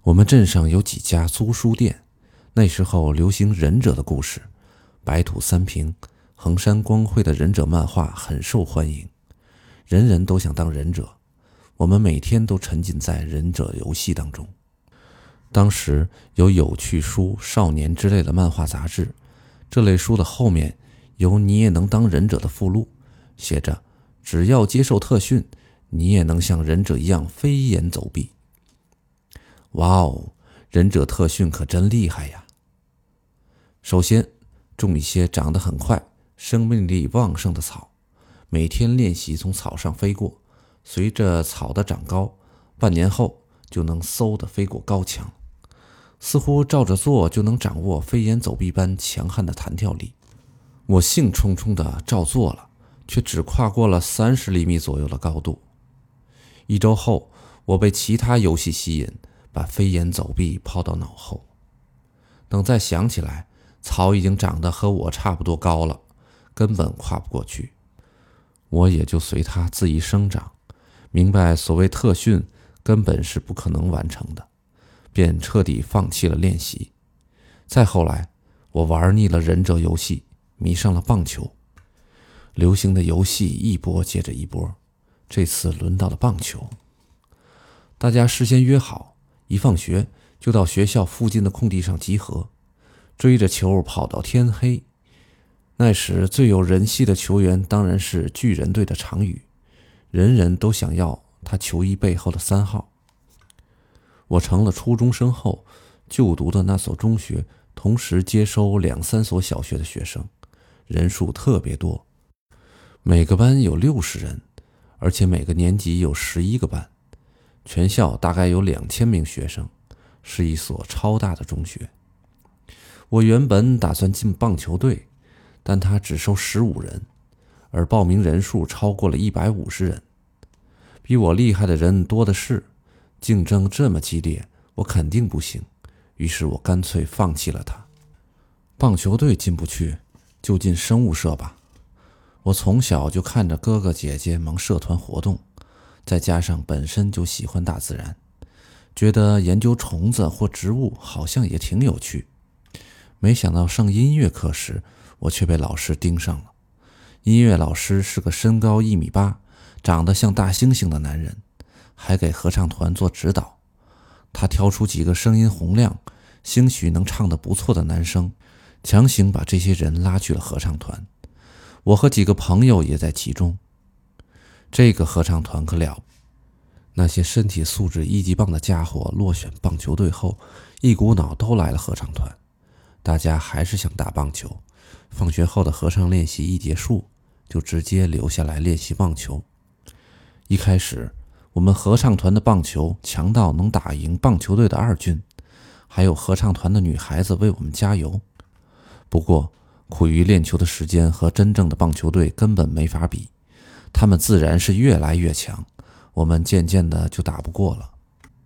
我们镇上有几家租书店，那时候流行忍者的故事，白土三平、横山光辉的忍者漫画很受欢迎，人人都想当忍者。我们每天都沉浸在忍者游戏当中。当时有有趣书、少年之类的漫画杂志，这类书的后面有你也能当忍者的附录，写着只要接受特训，你也能像忍者一样飞檐走壁。哇哦，忍者特训可真厉害呀！首先，种一些长得很快、生命力旺盛的草，每天练习从草上飞过，随着草的长高，半年后就能嗖地飞过高墙。似乎照着做就能掌握飞檐走壁般强悍的弹跳力。我兴冲冲地照做了，却只跨过了30厘米左右的高度。1周后，我被其他游戏吸引，把飞檐走壁抛到脑后。等再想起来，草已经长得和我差不多高了，根本跨不过去。我也就随它恣意生长，明白所谓特训根本是不可能完成的，便彻底放弃了练习。再后来，我玩腻了忍者游戏，迷上了棒球。流行的游戏一波接着一波，这次轮到了棒球。大家事先约好，一放学就到学校附近的空地上集合，追着球跑到天黑。那时最有人气的球员当然是巨人队的长羽，人人都想要他球衣背后的3号。我成了初中生后，就读的那所中学同时接收2、3所小学的学生，人数特别多，每个班有60人，而且每个年级有11个班，全校大概有2000名学生，是一所超大的中学。我原本打算进棒球队，但他只收15人，而报名人数超过了150人，比我厉害的人多的是，竞争这么激烈，我肯定不行，于是我干脆放弃了它。棒球队进不去，就进生物社吧。我从小就看着哥哥姐姐忙社团活动，再加上本身就喜欢大自然，觉得研究虫子或植物好像也挺有趣。没想到上音乐课时，我却被老师盯上了。音乐老师是个身高1.8米，长得像大猩猩的男人，还给合唱团做指导。他挑出几个声音洪亮、兴许能唱得不错的男生，强行把这些人拉去了合唱团。我和几个朋友也在其中。这个合唱团可了，那些身体素质1级棒的家伙落选棒球队后，一股脑都来了合唱团。大家还是想打棒球，放学后的合唱练习一结束，就直接留下来练习棒球。一开始，我们合唱团的棒球强到能打赢棒球队的2军，还有合唱团的女孩子为我们加油。不过，苦于练球的时间和真正的棒球队根本没法比，他们自然是越来越强，我们渐渐的就打不过了。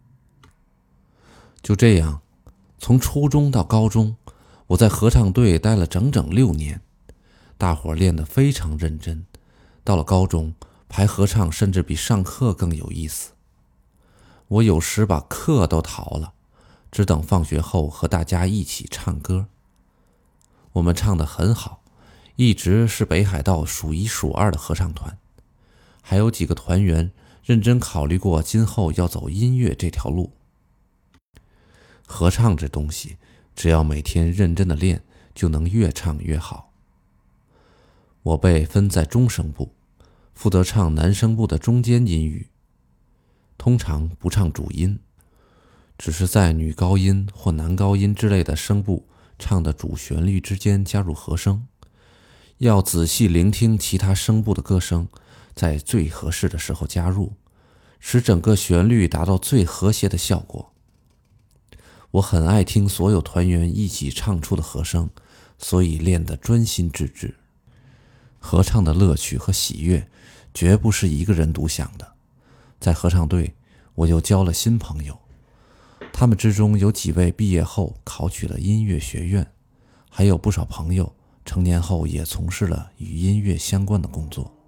就这样，从初中到高中，我在合唱队待了整整6年，大伙练得非常认真。到了高中，排合唱甚至比上课更有意思。我有时把课都逃了，只等放学后和大家一起唱歌。我们唱得很好，一直是北海道数1数2的合唱团。还有几个团员认真考虑过今后要走音乐这条路。合唱这东西，只要每天认真的练，就能越唱越好。我被分在中声部，负责唱男声部的中间音域，通常不唱主音，只是在女高音或男高音之类的声部唱的主旋律之间加入和声，要仔细聆听其他声部的歌声，在最合适的时候加入，使整个旋律达到最和谐的效果。我很爱听所有团员一起唱出的和声，所以练得专心致志。合唱的乐趣和喜悦绝不是一个人独享的。在合唱队，我又交了新朋友，他们之中有几位毕业后考取了音乐学院，还有不少朋友成年后也从事了与音乐相关的工作。